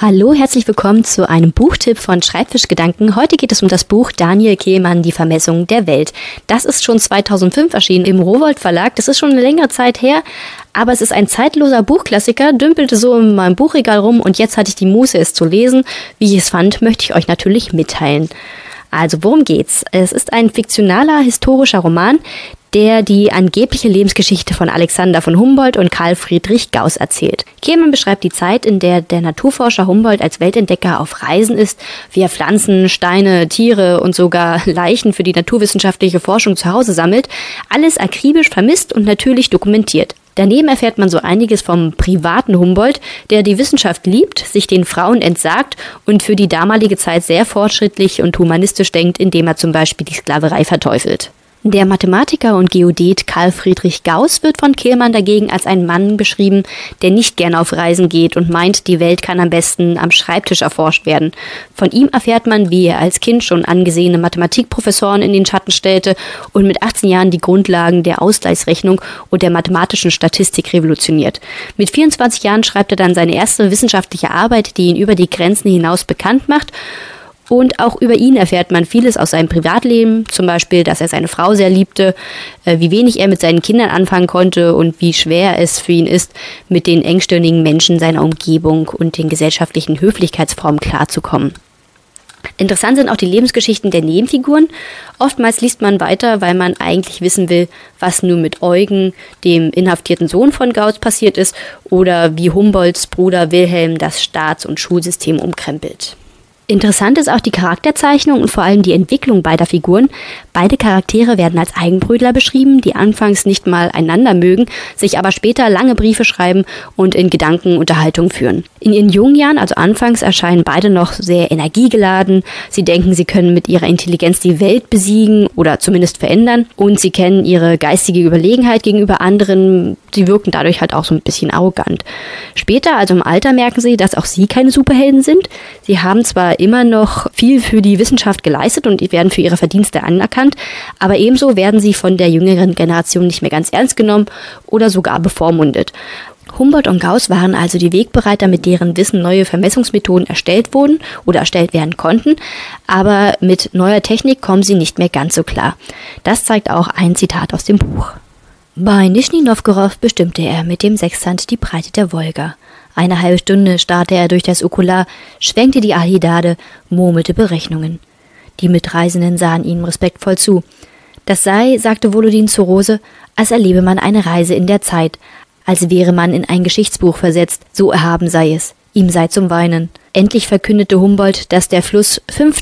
Hallo, herzlich willkommen zu einem Buchtipp von Schreibfischgedanken. Heute geht es um das Buch Daniel Kehlmann, Die Vermessung der Welt. Das ist schon 2005 erschienen im Rowohlt Verlag. Das ist schon eine längere Zeit her, aber es ist ein zeitloser Buchklassiker, dümpelte so in meinem Buchregal rum und jetzt hatte ich die Muße, es zu lesen. Wie ich es fand, möchte ich euch natürlich mitteilen. Also, worum geht's? Es ist ein fiktionaler, historischer Roman, der die angebliche Lebensgeschichte von Alexander von Humboldt und Carl Friedrich Gauss erzählt. Kehlmann beschreibt die Zeit, in der der Naturforscher Humboldt als Weltentdecker auf Reisen ist, wie er Pflanzen, Steine, Tiere und sogar Leichen für die naturwissenschaftliche Forschung zu Hause sammelt, alles akribisch vermisst und natürlich dokumentiert. Daneben erfährt man so einiges vom privaten Humboldt, der die Wissenschaft liebt, sich den Frauen entsagt und für die damalige Zeit sehr fortschrittlich und humanistisch denkt, indem er zum Beispiel die Sklaverei verteufelt. Der Mathematiker und Geodät Carl Friedrich Gauss wird von Kehlmann dagegen als ein Mann beschrieben, der nicht gerne auf Reisen geht und meint, die Welt kann am besten am Schreibtisch erforscht werden. Von ihm erfährt man, wie er als Kind schon angesehene Mathematikprofessoren in den Schatten stellte und mit 18 Jahren die Grundlagen der Ausgleichsrechnung und der mathematischen Statistik revolutioniert. Mit 24 Jahren schreibt er dann seine erste wissenschaftliche Arbeit, die ihn über die Grenzen hinaus bekannt macht. Und auch über ihn erfährt man vieles aus seinem Privatleben, zum Beispiel, dass er seine Frau sehr liebte, wie wenig er mit seinen Kindern anfangen konnte und wie schwer es für ihn ist, mit den engstirnigen Menschen seiner Umgebung und den gesellschaftlichen Höflichkeitsformen klarzukommen. Interessant sind auch die Lebensgeschichten der Nebenfiguren. Oftmals liest man weiter, weil man eigentlich wissen will, was nun mit Eugen, dem inhaftierten Sohn von Gauss, passiert ist oder wie Humboldts Bruder Wilhelm das Staats- und Schulsystem umkrempelt. Interessant ist auch die Charakterzeichnung und vor allem die Entwicklung beider Figuren. Beide Charaktere werden als Eigenbrötler beschrieben, die anfangs nicht mal einander mögen, sich aber später lange Briefe schreiben und in Gedanken Unterhaltung führen. In ihren jungen Jahren, also anfangs, erscheinen beide noch sehr energiegeladen. Sie denken, sie können mit ihrer Intelligenz die Welt besiegen oder zumindest verändern. Und sie kennen ihre geistige Überlegenheit gegenüber anderen. Sie wirken dadurch halt auch so ein bisschen arrogant. Später, also im Alter, merken sie, dass auch sie keine Superhelden sind. Sie haben zwar immer noch viel für die Wissenschaft geleistet und werden für ihre Verdienste anerkannt, aber ebenso werden sie von der jüngeren Generation nicht mehr ganz ernst genommen oder sogar bevormundet. Humboldt und Gauss waren also die Wegbereiter, mit deren Wissen neue Vermessungsmethoden erstellt wurden oder erstellt werden konnten, aber mit neuer Technik kommen sie nicht mehr ganz so klar. Das zeigt auch ein Zitat aus dem Buch. Bei Nischni Nowgorod bestimmte er mit dem Sextant die Breite der Wolga. Eine halbe Stunde starrte er durch das Okular, schwenkte die Alhidade, murmelte Berechnungen. Die Mitreisenden sahen ihm respektvoll zu. Das sei, sagte Volodin zu Rose, als erlebe man eine Reise in der Zeit, als wäre man in ein Geschichtsbuch versetzt, so erhaben sei es, ihm sei zum Weinen. Endlich verkündete Humboldt, dass der Fluss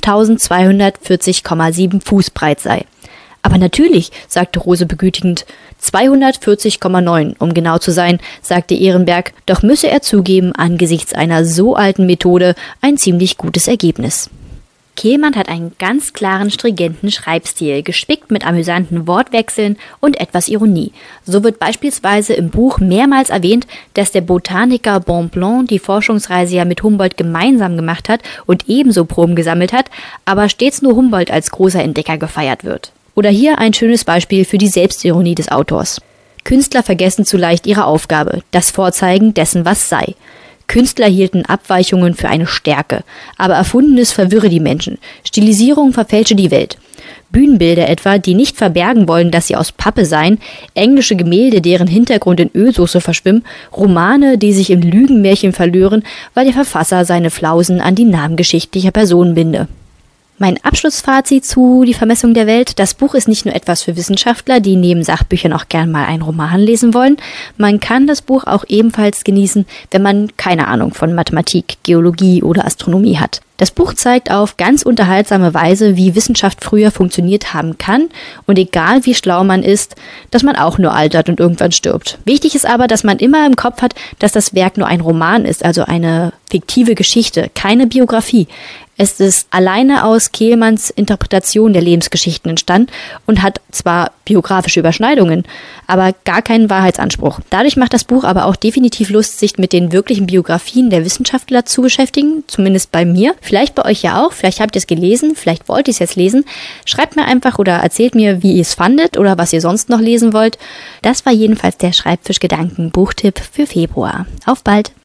5240,7 Fuß breit sei. Aber natürlich, sagte Rose begütigend, 240,9, um genau zu sein, sagte Ehrenberg, doch müsse er zugeben, angesichts einer so alten Methode ein ziemlich gutes Ergebnis. Kehlmann hat einen ganz klaren, stringenten Schreibstil, gespickt mit amüsanten Wortwechseln und etwas Ironie. So wird beispielsweise im Buch mehrmals erwähnt, dass der Botaniker Bonpland die Forschungsreise ja mit Humboldt gemeinsam gemacht hat und ebenso Proben gesammelt hat, aber stets nur Humboldt als großer Entdecker gefeiert wird. Oder hier ein schönes Beispiel für die Selbstironie des Autors. Künstler vergessen zu leicht ihre Aufgabe, das Vorzeigen dessen, was sei. Künstler hielten Abweichungen für eine Stärke, aber Erfundenes verwirre die Menschen. Stilisierung verfälsche die Welt. Bühnenbilder etwa, die nicht verbergen wollen, dass sie aus Pappe seien, englische Gemälde, deren Hintergrund in Ölsoße verschwimmen, Romane, die sich in Lügenmärchen verlören, weil der Verfasser seine Flausen an die Namen geschichtlicher Personen binde. Mein Abschlussfazit zu Die Vermessung der Welt: Das Buch ist nicht nur etwas für Wissenschaftler, die neben Sachbüchern auch gern mal einen Roman lesen wollen. Man kann das Buch auch ebenfalls genießen, wenn man keine Ahnung von Mathematik, Geologie oder Astronomie hat. Das Buch zeigt auf ganz unterhaltsame Weise, wie Wissenschaft früher funktioniert haben kann und egal wie schlau man ist, dass man auch nur altert und irgendwann stirbt. Wichtig ist aber, dass man immer im Kopf hat, dass das Werk nur ein Roman ist, also eine fiktive Geschichte, keine Biografie. Es ist alleine aus Kehlmanns Interpretation der Lebensgeschichten entstanden und hat zwar biografische Überschneidungen, aber gar keinen Wahrheitsanspruch. Dadurch macht das Buch aber auch definitiv Lust, sich mit den wirklichen Biografien der Wissenschaftler zu beschäftigen, zumindest bei mir. Vielleicht bei euch ja auch, vielleicht habt ihr es gelesen, vielleicht wollt ihr es jetzt lesen. Schreibt mir einfach oder erzählt mir, wie ihr es fandet oder was ihr sonst noch lesen wollt. Das war jedenfalls der Schreibfischgedanken Buchtipp für Februar. Auf bald!